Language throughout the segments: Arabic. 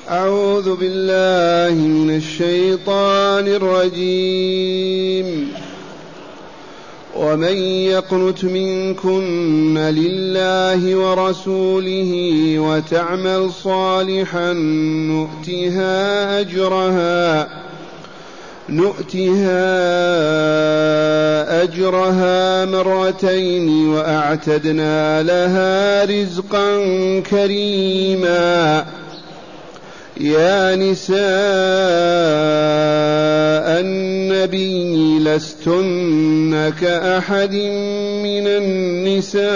أعوذ بالله من الشيطان الرجيم. ومن يقنت منكن لله ورسوله وتعمل صالحا نؤتها أجرها مرتين وأعتدنا لها رزقا كريما. يا نساء النبي لستن كأحد من النساء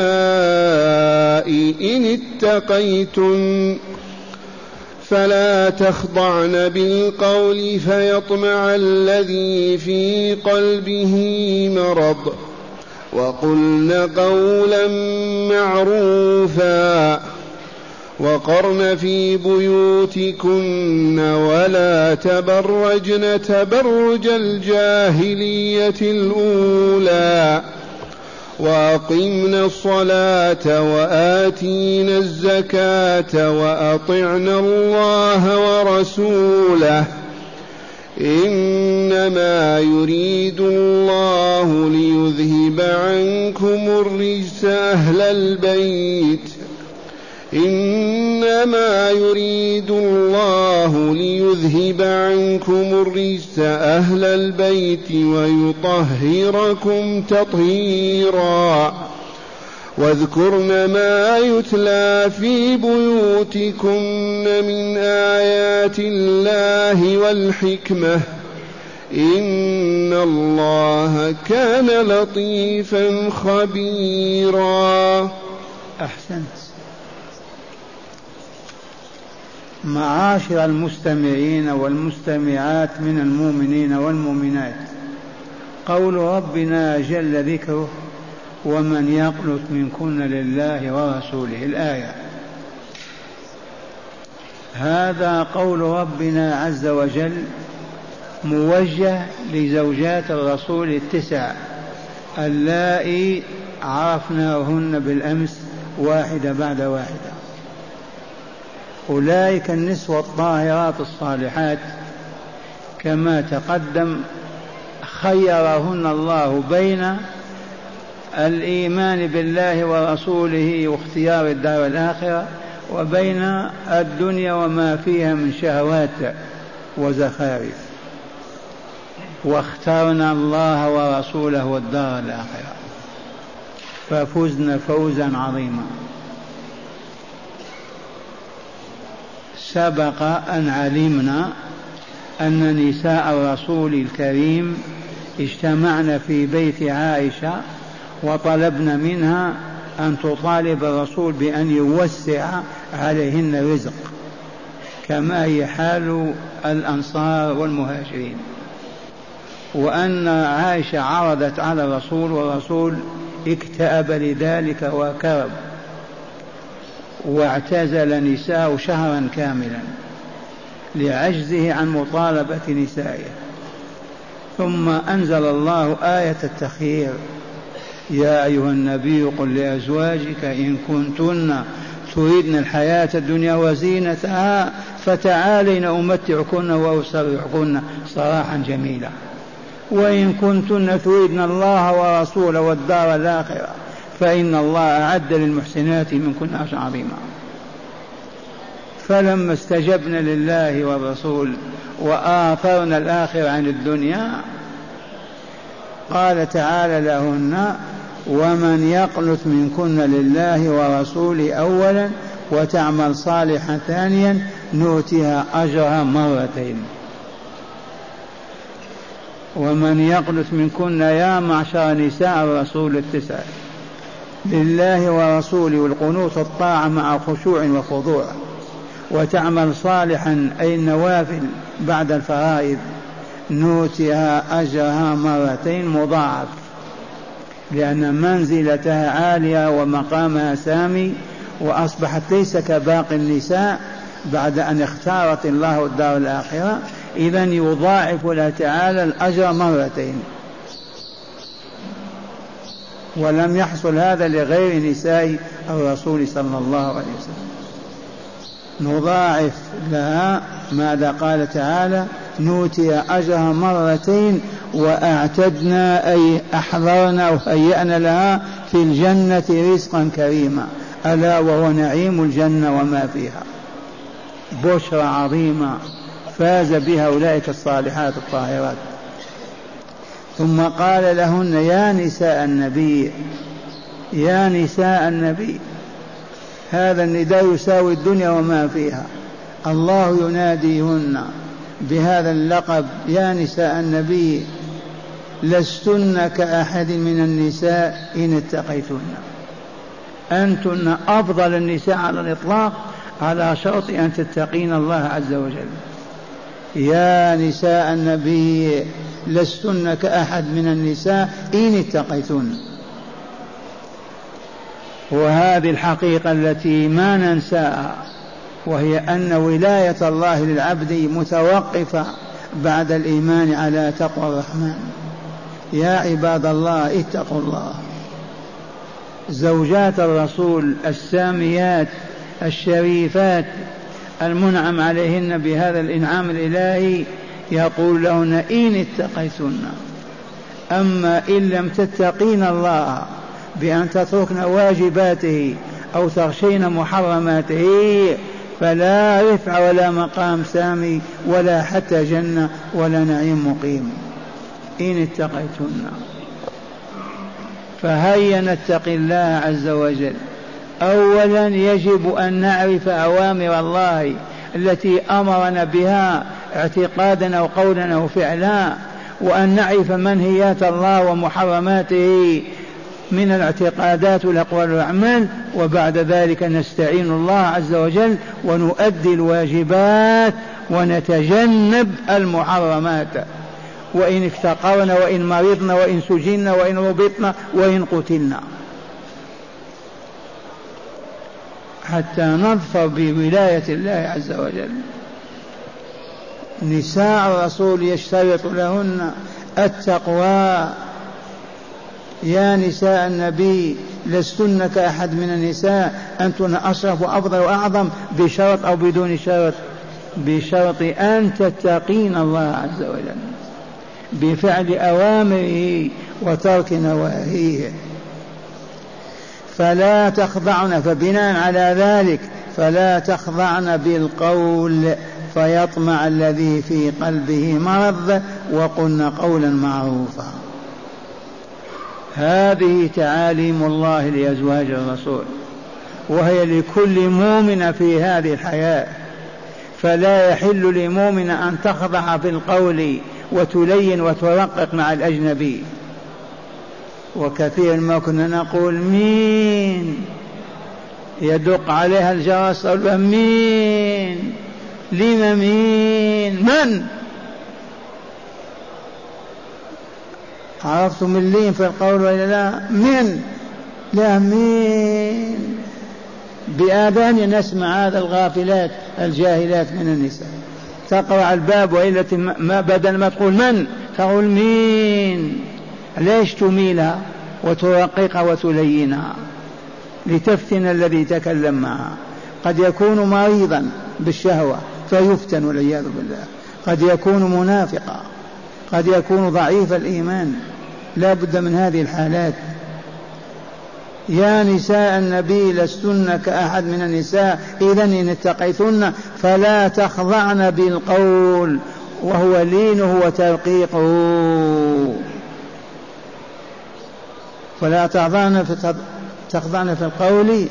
إن اتقيتن فلا تخضعن بالقول فيطمع الذي في قلبه مرض وقلن قولا معروفا وقرن في بيوتكن ولا تبرجن تبرج الجاهلية الأولى وأقمنا الصلاة وآتينا الزكاة وأطعنا الله ورسوله إنما يريد الله ليذهب عنكم الرجس أهل البيت ويطهركم تطهيرا. واذكرن ما يتلى في بيوتكن من آيات الله والحكمة إن الله كان لطيفا خبيرا. أحسنت. معاشر المستمعين والمستمعات من المؤمنين والمؤمنات، قول ربنا جل ذكره: ومن يقنت منكن لله ورسوله، الآية. هذا قول ربنا عز وجل موجه لزوجات الرسول التسع اللائي عرفناهن بالأمس واحدة بعد واحدة. أولئك النسوة الطاهرات الصالحات كما تقدم خيرهن الله بين الإيمان بالله ورسوله واختيار الدار الآخرة وبين الدنيا وما فيها من شهوات وزخارف، واخترنا الله ورسوله والدار الآخرة ففزنا فوزا عظيما. سبق أن علمنا أن نساء الرسول الكريم اجتمعن في بيت عائشة وطلبن منها أن تطالب الرسول بأن يوسع عليهن الرزق كما هي حال الأنصار والمهاجرين، وأن عائشة عرضت على الرسول والرسول اكتئب لذلك وكرب واعتزل نساء شهرا كاملا لعجزه عن مطالبة نسائه. ثم أنزل الله آية التخيير: يا أيها النبي قل لأزواجك إن كنتن تريدن الحياة الدنيا وزينتها فتعالين أمتعكن وأسرحكن سراحا جميلا، وإن كنتن تريدن الله ورسوله والدار الآخرة فإن الله أعد للمحسنات منكن أجرا عظيما. فلما استجبن لله والرسول وآثرن الآخرة عن الدنيا قال تعالى لهن: ومن يقنت منكن لله ورسوله أولا وتعمل صالحا ثانيا نؤتها أجرها مرتين. ومن يقنت منكن يا معشر نساء الرسول التسع لله ورسوله، والقنوت الطاعة مع خشوع وخضوع، وتعمل صالحا أي النوافل بعد الفرائض نؤتها أجرها مرتين مضاعف، لأن منزلتها عالية ومقامها سامي، وأصبحت ليس كباقي النساء بعد أن اختارت الله الدار الآخرة، إذن يضاعف لها تعالى الأجر مرتين. ولم يحصل هذا لغير نساء الرسول صلى الله عليه وسلم. نضاعف لها. ماذا قال تعالى؟ نؤتي أجرها مرتين وأعتدنا أي أحضرنا وهيأنا لها في الجنة رزقا كريما، ألا وهو نعيم الجنة وما فيها، بشرى عظيمة فاز بها أولئك الصالحات الطاهرات. ثم قال لهن يا نساء النبي، يا نساء النبي، هذا النداء يساوي الدنيا وما فيها. الله يناديهن بهذا اللقب يا نساء النبي، لستن كأحد من النساء إن اتقيتن، أنتن أفضل النساء على الإطلاق على شرط أن تتقين الله عز وجل. يا نساء النبي لستن كأحد من النساء إن اتقيتن. وهذه الحقيقة التي ما ننساها، وهي أن ولاية الله للعبد متوقفة بعد الإيمان على تقوى الرحمن. يا عباد الله اتقوا الله. زوجات الرسول الساميات الشريفات المنعم عليهن بهذا الإنعام الإلهي يقول لهن إن اتقيتن. أما إن لم تتقين الله بأن تتركن واجباته أو تغشين محرماته فلا رفع ولا مقام سامي ولا حتى جنة ولا نعيم مقيم. إن اتقيتن. فهيا نتق الله عز وجل. أولا يجب أن نعرف أوامر الله التي أمرنا بها اعتقادا أو قولا أو فعلا، وأن نعرف منهيات الله ومحرماته من الاعتقادات والأقوال والأعمال، وبعد ذلك نستعين الله عز وجل ونؤدي الواجبات ونتجنب المحرمات، وإن افتقرنا وإن مرضنا وإن سجنا وإن ربطنا وإن قتلنا، حتى نظفر بولاية الله عز وجل. نساء الرسول يشترط لهن التقوى. يا نساء النبي لستن كأحد من النساء، أنتن أشرف وأفضل وأعظم، بشرط أو بدون شرط؟ بشرط أن تتقين الله عز وجل بفعل أوامره وترك نواهيه. فلا تخضعن، فبناء على ذلك فلا تخضعن بالقول فيطمع الذي في قلبه مرض، وقلن قولا معروفا. هذه تعاليم الله لأزواج الرسول، وهي لكل مؤمن في هذه الحياة. فلا يحل لمؤمن أن تخضع بالقول وتلين وترقق مع الأجنبي. وكثير ما كنا نقول مين يدق عليها الجرس أقول مين، لما مين، من؟ عرفتم اللين في القول ولا لا؟ من؟ لا مين. بآذان نسمع هذا الغافلات الجاهلات من النساء تقرع الباب وإلا ما بدل ما تقول من تقول مين. ليش تميلها وترققها وتلينها؟ لتفتن الذي تكلم معها. قد يكون مريضا بالشهوة فيفتن والعياذ بالله، قد يكون منافقا، قد يكون ضعيف الإيمان، لا بد من هذه الحالات. يا نساء النبي لستن كأحد من النساء إذن إن اتقيتن فلا تخضعن بالقول، وهو لينه وترقيقه. فلا تخضعن في القول،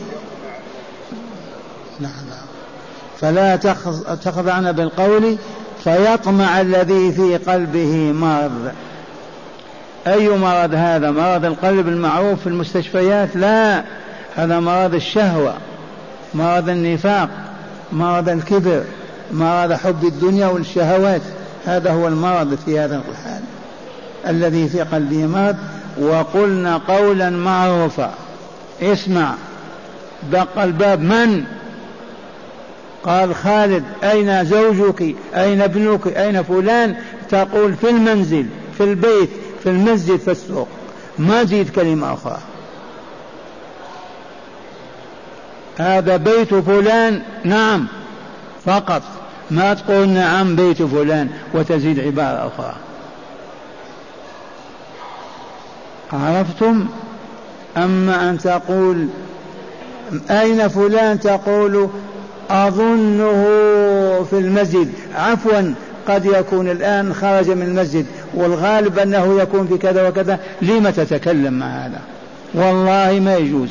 فلا تخضعن بالقول فيطمع الذي في قلبه مرض. أي مرض هذا؟ مرض القلب المعروف في المستشفيات؟ لا، هذا مرض الشهوة، مرض النفاق، مرض الكبر، مرض حب الدنيا والشهوات. هذا هو المرض في هذا الحال الذي في قلبه مرض. وقلنا قولا معروفا. اسمع، دق الباب، من؟ قال خالد. أين زوجك؟ أين ابنك؟ أين فلان؟ تقول في المنزل، في البيت، في المسجد، في السوق، ما زيد كلمة أخرى. هذا بيت فلان؟ نعم. فقط، ما تقول نعم بيت فلان وتزيد عبارة أخرى. عرفتم؟ أما أن تقول أين فلان تقول أظنه في المسجد، عفوا قد يكون الآن خرج من المسجد والغالب أنه يكون في كذا وكذا، لما تتكلم مع هذا؟ والله ما يجوز.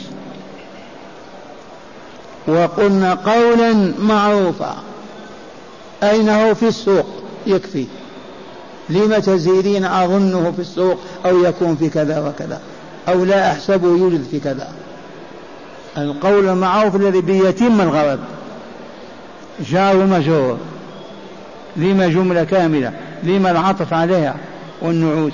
وقلنا قولا معروفا، أين هو في السوق يكفي، لما تزيدين أظنه في السوق أو يكون في كذا وكذا أو لا أحسبه يوجد في كذا. القول المعروف الذي بيتم الغرض، جار ومجرور، لما جملة كاملة، لما العطف عليها والنعوت.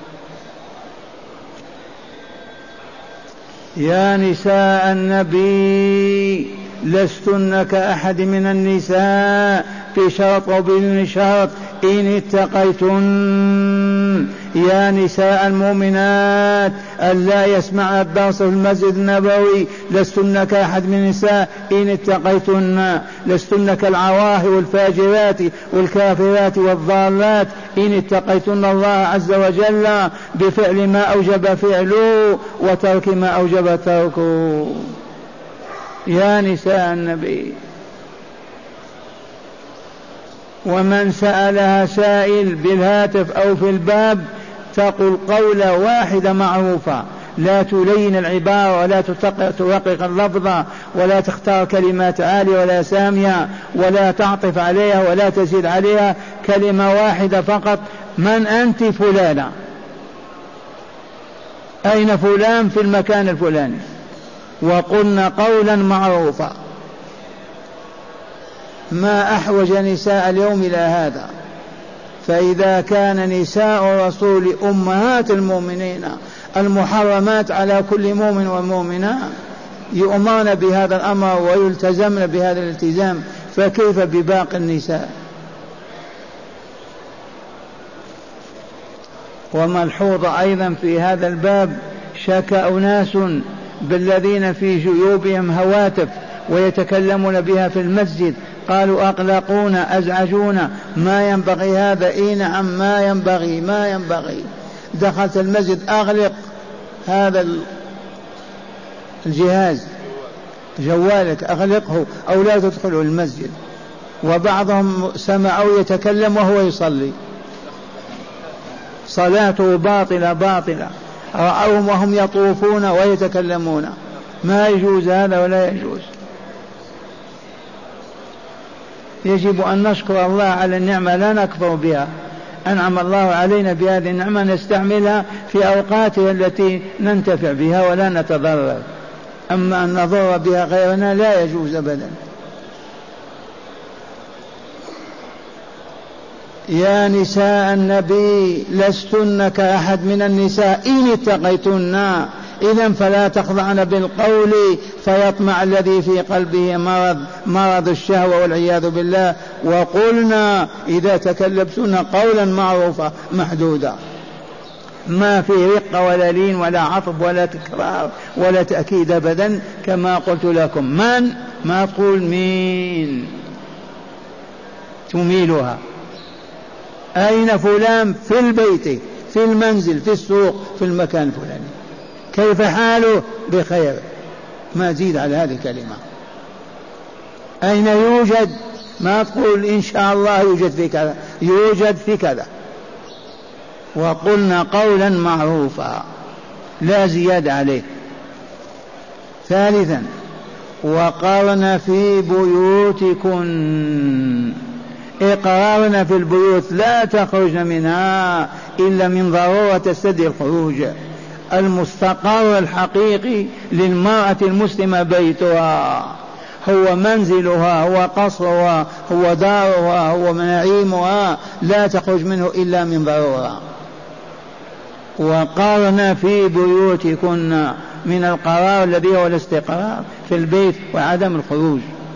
يا نساء النبي لستن كأحد من النساء في شرط وبدون شرط إن اتقيتن. يا نساء المؤمنات ألا يسمع الدرس في المسجد النبوي لستن كأحد من النساء إن اتقيتن، لستن كالعواهر والفاجرات والكافرات والضالات إن اتقيتن الله عز وجل بفعل ما أوجب فعله وترك ما أوجب تركه. يا نساء النبي. ومن سألها سائل بالهاتف أو في الباب تقول قولة واحدة معروفة، لا تلين العبارة ولا ترقق اللفظة ولا تختار كلمات عالية ولا سامية ولا تعطف عليها ولا تزيد عليها، كلمة واحدة فقط: من أنت؟ فلانة. أين فلان؟ في المكان الفلاني. وقلنا قولا معروفا. ما أحوج نساء اليوم إلى هذا. فإذا كان نساء الرسول أمهات المؤمنين المحرمات على كل مؤمن ومؤمنة يؤمرن بهذا الأمر ويلتزمن بهذا الالتزام، فكيف بباقي النساء؟ وملحوظ أيضا في هذا الباب: شك أناس بالذين في جيوبهم هواتف ويتكلمون بها في المسجد، قالوا أقلقونا أزعجونا، ما ينبغي هذا. إيه نعم ما ينبغي، ما ينبغي. دخلت المسجد أغلق هذا الجهاز، جوالك أغلقه أو لا تدخلوا المسجد. وبعضهم سمعوا يتكلم وهو يصلي، صلاته باطلة باطلة. رأوهم وهم يطوفون ويتكلمون، ما يجوز هذا ولا يجوز. يجب أن نشكر الله على النعمة لا نكفر بها. أنعم الله علينا بهذه النعمة نستعملها في أوقاتها التي ننتفع بها ولا نتضرر، أما أن نضر بها غيرنا لا يجوز أبدا. يا نساء النبي لستن كأحد من النساء إن اتقيتن. إذن فلا تخضعن بالقول فيطمع الذي في قلبه مرض الشهوة والعياذ بالله. وقلنا إذا تكلمتن قولا معروفا محدودا، ما في رقة ولا لين ولا عطف ولا تكرار ولا تأكيد أبدا، كما قلت لكم. من ما تقول مين تميلها. أين فلان؟ في البيت، في المنزل، في السوق، في المكان الفلاني. كيف حاله؟ بخير. ما زيد على هذه الكلمة. أين يوجد؟ ما تقول إن شاء الله يوجد في كذا، يوجد في كذا. وقلنا قولا معروفا لا زيادة عليه. ثالثا: وقرن في بيوتكن. إقرارنا في البيوت، لا تخرجن منها إلا من ضرورة تستدعي الخروج. المستقر الحقيقي للمرأة المسلمة بيتها، هو منزلها، هو قصرها، هو دارها، هو نعيمها، لا تخرج منه إلا من ضرورة. وقرن في بيوتكن من القرار الذي هو الاستقرار في البيت وعدم الخروج.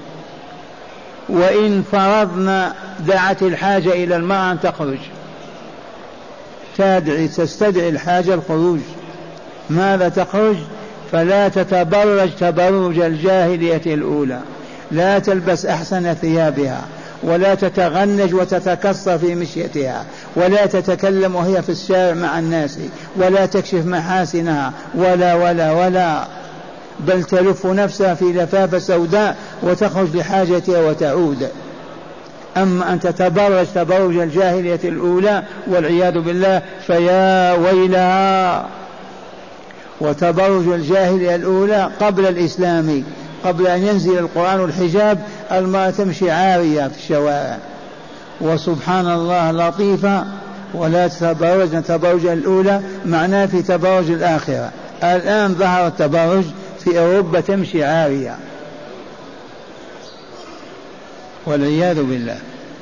وإن فرضنا دعت الحاجة إلى المرأة أن تخرج، تستدعي الحاجة الخروج، ماذا تخرج؟ فلا تتبرج تبرج الجاهلية الأولى، لا تلبس أحسن ثيابها ولا تتغنج وتتكسر في مشيتها، ولا تتكلم وهي في الشارع مع الناس، ولا تكشف محاسنها ولا ولا ولا، بل تلف نفسها في لفافة سوداء وتخرج لحاجتها وتعود. أما أن تتبرج تبرج الجاهلية الأولى والعياذ بالله فيا ويلها. وتبرج الجاهلية الأولى قبل الإسلام، قبل أن ينزل القرآن الحجاب، المرأة تمشي عارية في الشوارع، وسبحان الله لطيفة ولا تتبرجن تبرج الأولى معناه في تبرج الآخرة. الآن ظهر التبرج في أوروبا تمشي عارية والعياذ بالله.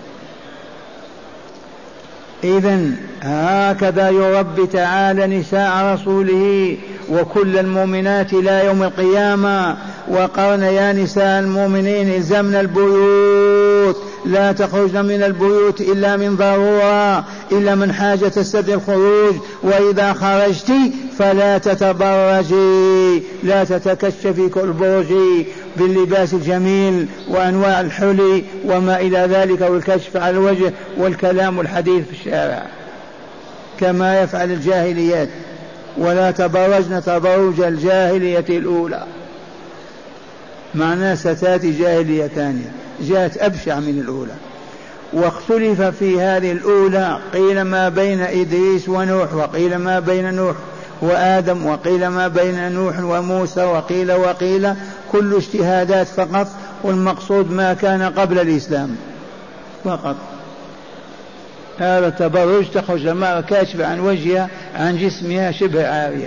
إذن هكذا يربي تعالى نساء رسوله وكل المؤمنات إلى يوم القيامة. وقرن يا نساء المؤمنين الزمن البيوت، لا تخرجن من البيوت إلا من ضرورة، إلا من حاجة تستدعي الخروج، وإذا خرجت فلا تتبرجي، لا تتكشفي كالبرج باللباس الجميل وأنواع الحلي وما إلى ذلك، والكشف على الوجه والكلام الحديث في الشارع كما يفعل الجاهليات. ولا تبرجن تبرج الجاهلية الأولى، معناه ستاتي جاهلية ثانية جاءت أبشع من الأولى. واختلف في هذه الأولى، قيل ما بين إدريس ونوح، وقيل ما بين نوح وآدم، وقيل ما بين نوح وموسى، وقيل كل اجتهادات فقط، والمقصود ما كان قبل الإسلام فقط. هذا التبرج تخرج المرأة كاشفة عن وجهها عن جسمها شبه عارية.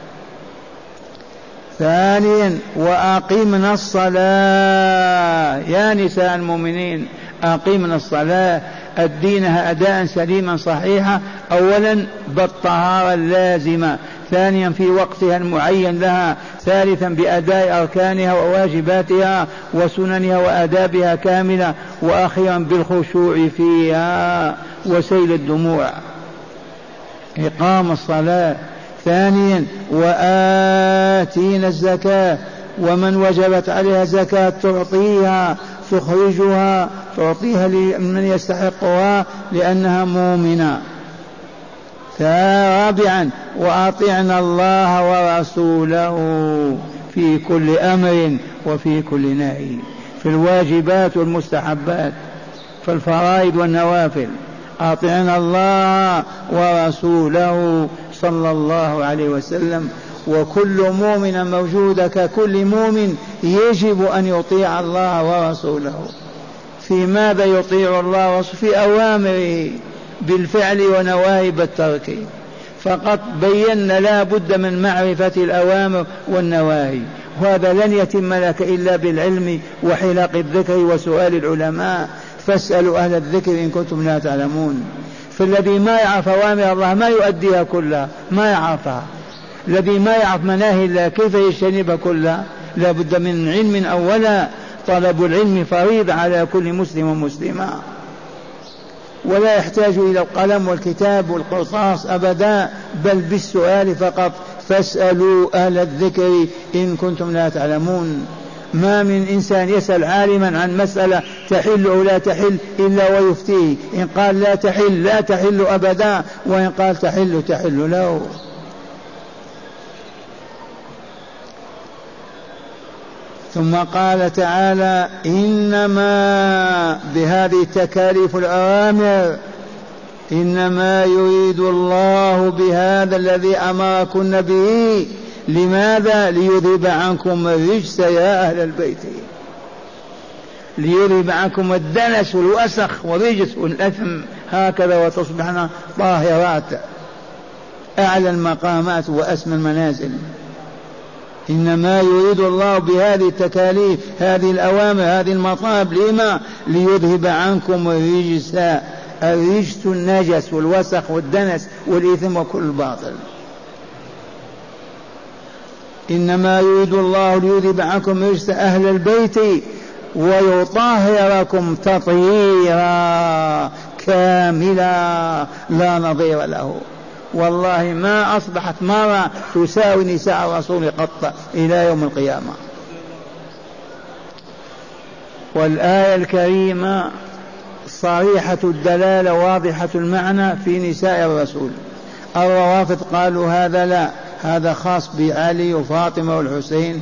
ثانيا وأقيمنا الصلاة، يا نساء المؤمنين أقيمنا الصلاة، أدينها أداء سليما صحيحا، أولا بالطهارة اللازمة، ثانيا في وقتها المعين لها، ثالثا بأداء أركانها وواجباتها وسننها وآدابها كاملة، وأخيرا بالخشوع فيها وسيل الدموع. إقام الصلاة. ثانيا وآتينا الزكاة، ومن وجبت عليها زكاة تعطيها، تخرجها تعطيها لمن يستحقها لأنها مؤمنة. رابعا وأطعنا الله ورسوله في كل أمر وفي كل نهي، في الواجبات والمستحبات، في الفرائض والنوافل. أطعنا الله ورسوله صلى الله عليه وسلم. وكل مؤمن موجود ككل مؤمن يجب أن يطيع الله ورسوله. في ماذا يطيع الله ورسوله؟ في أوامره بالفعل ونواهي بالترك فقط. بينا لا بد من معرفة الأوامر والنواهي، وهذا لن يتم لك إلا بالعلم وحلق الذكر وسؤال العلماء. فاسألوا أهل الذكر إن كنتم لا تعلمون. فالذي ما يعرف أوامر الله ما يؤديها كلها، ما يعرفها. الذي ما يعرف مناهي الله كيف يجتنبها كلها؟ لا بد من علم أولا. طلب العلم فريضة على كل مسلم ومسلمة، ولا يحتاج إلى القلم والكتاب والقرطاس أبدا، بل بالسؤال فقط. فاسألوا أهل الذكر إن كنتم لا تعلمون. ما من إنسان يسأل عالما عن مسألة تحل أو لا تحل إلا ويفتيه، إن قال لا تحل لا تحل أبدا، وإن قال تحل تحل له. ثم قال تعالى إنما بهذه التكاليف الأوامر إنما يريد الله بهذا الذي أمركن به. لماذا؟ ليذهب عنكم الرجس يا أهل البيت، ليذهب عنكم الدنس والوسخ والرجس والأثم، هكذا وتصبحنا طاهرات، أعلى المقامات وأسمى المنازل. إنما يريد الله بهذه التكاليف هذه الأوامر هذه المطالب. لما؟ ليذهب عنكم الرجس، الرجس النجس والوسخ والدنس والإثم وكل الباطل. إنما يريد الله ليذهب عنكم رجس أهل البيت ويطهركم تطهيرا كاملا لا نظير له. والله ما أصبحت مرة تساوي نساء الرسول قط إلى يوم القيامة. والآية الكريمة صريحة الدلالة واضحة المعنى في نساء الرسول. الروافض قالوا هذا لا، هذا خاص بعلي وفاطمة والحسين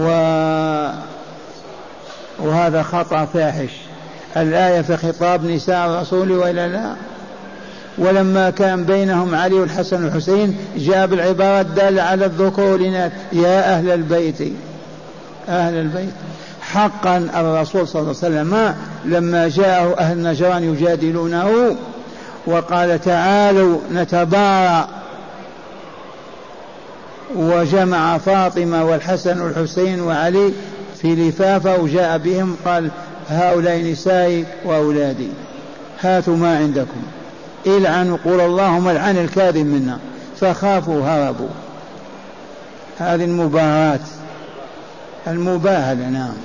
وهذا خطأ فاحش. الآية في خطاب نساء الرسول وإلا لا؟ ولما كان بينهم علي والحسن والحسين جاء بالعبارة الدالة على الذكور والإناث: يا أهل البيت. أهل البيت حقا. الرسول صلى الله عليه وسلم لما جاءه أهل نجران يجادلونه وقال تعالوا نتبارى، وجمع فاطمة والحسن والحسين وعلي في لفافة وجاء بهم قال: هؤلاء نسائي وأولادي، هاتوا ما عندكم، العنوا، قول اللهم العن الكاذب منا. فخافوا هربوا. هذه المباهات المباهلة. نعم،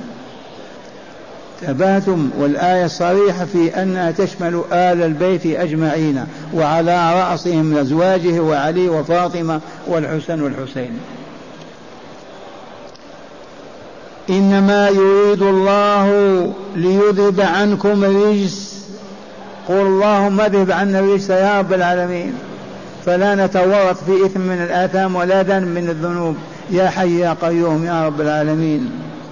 تباتم. والآية صريحة في أنها تشمل آل البيت أجمعين، وعلى رأسهم أزواجه وعلي وفاطمة والحسن والحسين. إنما يريد الله ليذهب عنكم الرجس. قل اللهم اذهب عنا الرجس يا رب العالمين، فلا نتورط في إثم من الآثام ولا ذنب من الذنوب، يا حي يا قيوم يا رب العالمين.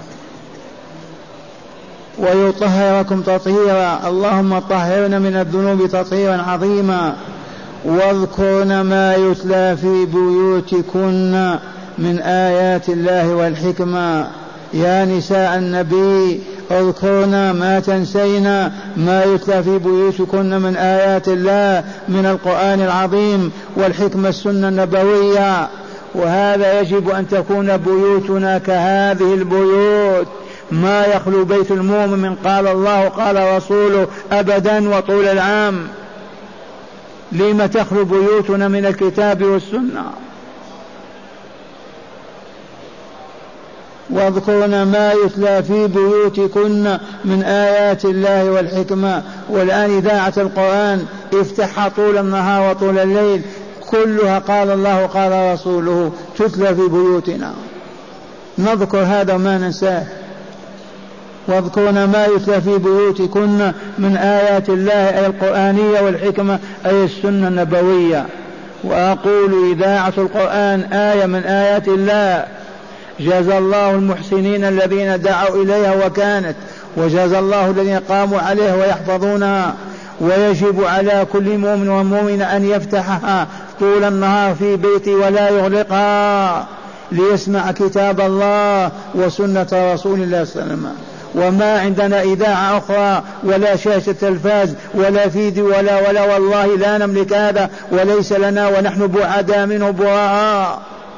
ويطهركم تطهيرا، اللهم طهرنا من الذنوب تطهيرا عظيما. واذكرن ما يتلى في بيوتكن من آيات الله والحكمة. يا نساء النبي اذكرن ما تنسين ما يتلى في بيوتكن من آيات الله من القرآن العظيم والحكمة السنة النبوية. وهذا يجب أن تكون بيوتنا كهذه البيوت، ما يخلو بيت المؤمن من قال الله قال رسوله أبدا وطول العام. لما تخلو بيوتنا من الكتاب والسنة؟ واذكرن ما يتلى في بيوتكن من آيات الله والحكمة. والآن إذاعة القرآن افتحها طول النهار وطول الليل، كلها قال الله قال رسوله تتلى في بيوتنا. نذكر هذا وما ننساه. واذكرن ما يتلى في بيوتكن من آيات الله أي القرآنية والحكمة أي السنة النبوية. وأقول إذاعة القرآن آية من آيات الله، جزى الله المحسنين الذين دعوا إليها وكانت، وجزى الله الذين قاموا عليها ويحفظونها. ويجب على كل مؤمن ومؤمن أن يفتحها طول النهار في بيته ولا يغلقها ليسمع كتاب الله وسنة رسول الله صلى الله عليه وسلم. وما عندنا إذاعة أخرى ولا شاشة تلفاز ولا فيديو ولا والله لا نملك هذا وليس لنا، ونحن بعداء منه براء.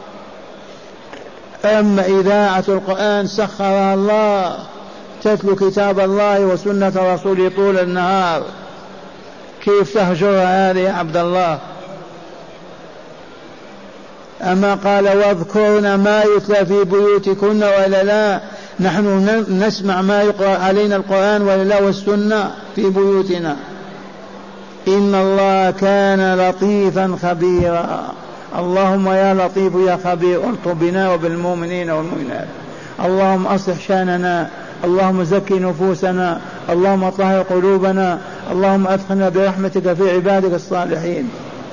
أما إذاعة القرآن سخرها الله، تتلو كتاب الله وسنة رسوله طول النهار. كيف تهجرها هذه يا عبد الله؟ أما قال واذكرن ما يتلى في بيوتكن ولا لا؟ نحن نسمع ما يقرأ علينا القرآن ولا لا والسنة في بيوتنا. إن الله كان لطيفا خبيرا. اللهم يا لطيف يا خبير الطف بنا وبالمؤمنين والمؤمنات. اللهم أصلح شاننا، اللهم زكي نفوسنا، اللهم طهر قلوبنا، اللهم أدخلنا برحمتك في عبادك الصالحين.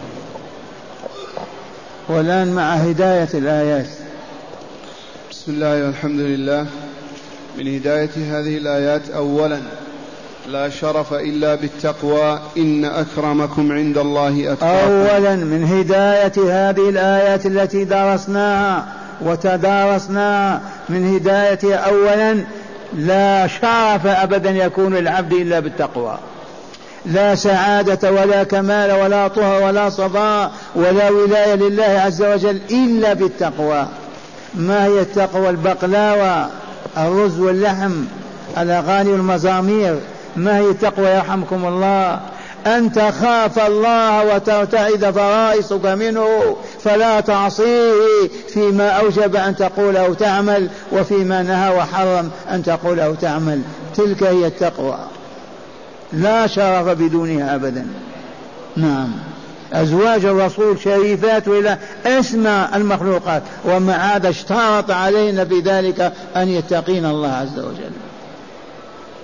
والآن مع هداية الآيات. بسم الله والحمد لله. من هداية هذه الآيات: أولا لا شرف إلا بالتقوى إن أكرمكم عند الله أتقاكم. أولا من هداية هذه الآيات التي درسناها وتدارسناها، من هداية أولا لا شرف أبدا يكون العبد إلا بالتقوى، لا سعادة ولا كمال ولا طهر ولا صفاء ولا ولاية لله عز وجل إلا بالتقوى. ما هي التقوى؟ البقلاوة، الرز واللحم، الأغاني والمزامير. ما هي التقوى يرحمكم الله؟ أن تخاف الله وترتعد فرائصك منه فلا تعصيه فيما أوجب أن تقول أو تعمل، وفيما نهى وحرم أن تقول أو تعمل. تلك هي التقوى، لا شرف بدونها أبدا. نعم، أزواج الرسول شريفات إلى أسمى المخلوقات، ومع هذا اشترط علينا بذلك أن يتقين الله عز وجل.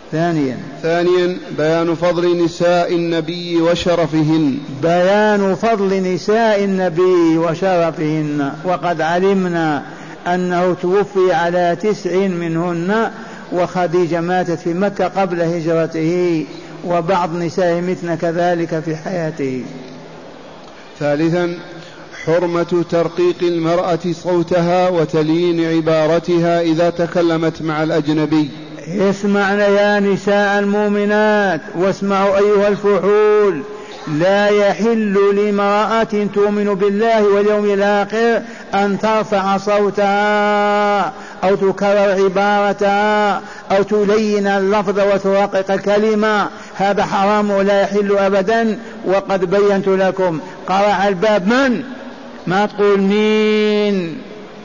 ثانيا بيان فضل نساء النبي وشرفهن. بيان فضل نساء النبي وشرفهن. وقد علمنا أنه توفي على 9 منهن، وخديجة ماتت في مكة قبل هجرته، وبعض نسائه مثل كذلك في حياته. ثالثا حرمة ترقيق المرأة صوتها وتليين عبارتها إذا تكلمت مع الأجنبي. اسمعن يا نساء المؤمنات واسمعوا أيها الفحول، لا يحل لامرأة تؤمن بالله واليوم الآخر أن ترفع صوتها أو تكرر عبارتها أو تلين اللفظ وترقق الكلمة، هذا حرام ولا يحل أبدا. وقد بينت لكم. قرع الباب من؟ ما تقول مين.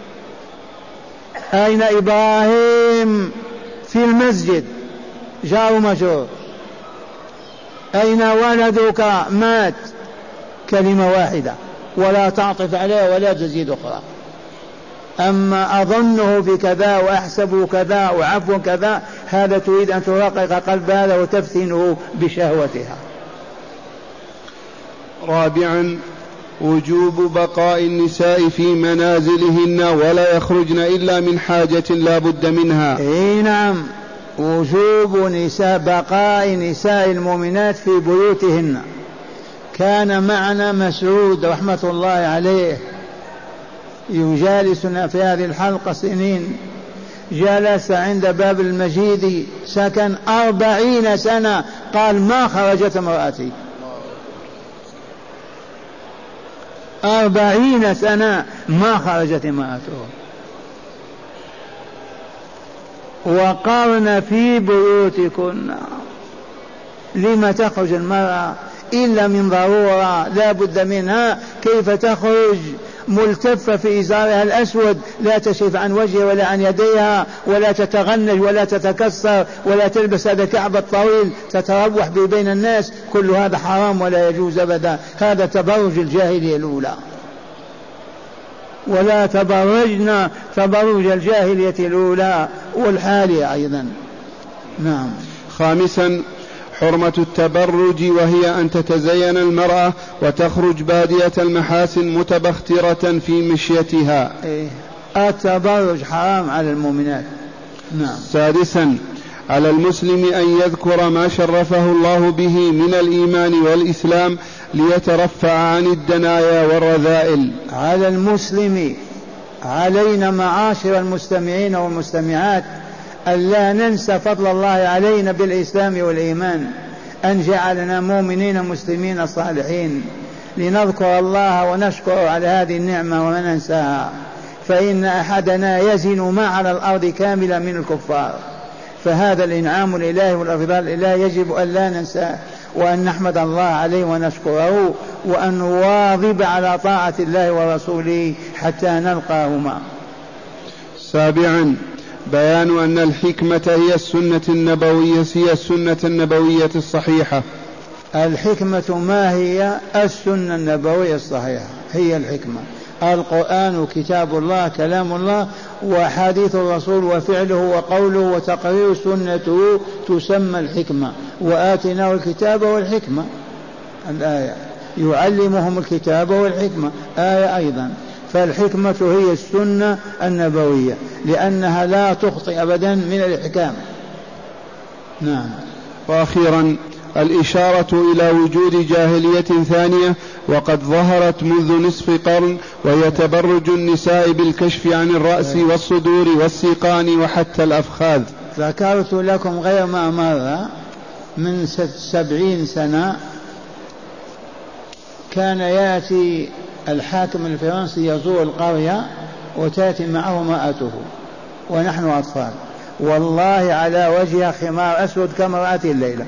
أين إبراهيم؟ في المسجد، جار مجرور. أين ولدك؟ مات. كلمة واحدة، ولا تعطف عليه ولا تزيد أخرى. أما أظنه بكذا وأحسبه كذا وعفو كذا، هذا تريد أن ترقق قلب هذا وتفتنه بشهوتها. رابعا وجوب بقاء النساء في منازلهن ولا يخرجن إلا من حاجة لا بد منها. نعم، وجوب بقاء نساء المؤمنات في بيوتهن. كان معنا مسعود رحمة الله عليه يجالسنا في هذه الحلقة سنين، جلس عند باب المجيد سكن 40 سنة، قال ما خرجت امرأتي. 40 سنة ما خرجت امرأته. وقرن في بيوتكن. لما تخرج المرأة إلا من ضرورة لا بد منها؟ كيف تخرج ملتفة في إزارها الأسود، لا تشف عن وجهها ولا عن يديها، ولا تتغنج ولا تتكسر، ولا تلبس هذا الكعب الطويل تتروح بين الناس؟ كل هذا حرام ولا يجوز أبدا. هذا تبرج الجاهلية الأولى. ولا تبرجنا تبرج الجاهلية الأولى والحالية أيضا. نعم. خامسا حرمة التبرج، وهي أن تتزين المرأة وتخرج بادية المحاسن متبخترة في مشيتها. التبرج حرام على المؤمنات. نعم. سادسا على المسلم أن يذكر ما شرفه الله به من الإيمان والإسلام ليترفع عن الدنايا والرذائل. على المسلم، علينا معاشر المستمعين والمستمعات ألا ننسى فضل الله علينا بالإسلام والإيمان، أن جعلنا مؤمنين مسلمين صالحين، لنذكر الله ونشكر على هذه النعمة وما ننساها. فإن أحدنا يزن ما على الأرض كاملا من الكفار، فهذا الإنعام الإلهي والإفضال الإلهي يجب أن لا ننساه، وأن نحمد الله عليه ونشكره، وأن نواظب على طاعة الله ورسوله حتى نلقاهما. سابعا بيان أن الحكمة هي السنة النبوية الصحيحة. الحكمة ما هي؟ السنة النبوية الصحيحة هي الحكمة. القرآن كتاب الله كلام الله، وحديث الرسول وفعله وقوله وتقرير سنته تسمى الحكمة. وآتيناه الكتاب والحكمة، الآية يعلمهم الكتاب والحكمة، آية أيضا. فالحكمة هي السنة النبوية، لأنها لا تخطئ أبدا من الإحكام. نعم. وأخيرا الإشارة إلى وجود جاهلية ثانية وقد ظهرت منذ نصف قرن، وهي تبرج النساء بالكشف عن الرأس والصدور والسيقان وحتى الأفخاذ. ذكرت لكم غير ما مر من 70 سنة كان يأتي الحاكم الفرنسي يزور القرية وتأتي معه امرأته ونحن أطفال، والله على وجهها خمار أسود كما رأت الليلة.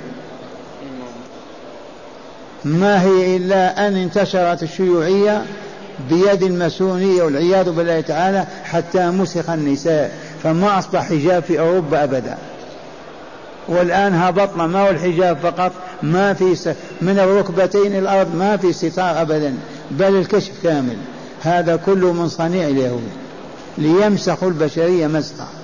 ما هي إلا أن انتشرت الشيوعية بيد الماسونية والعياذ بالله تعالى حتى مسخ النساء، فما أصبح حجاب في أوروبا أبدا. والآن هبطنا، ما هو الحجاب فقط، ما في من الركبتين الأرض ما في ستار أبدا، بل الكشف كامل. هذا كله من صنيع اليهود ليمسخوا البشرية مسخا.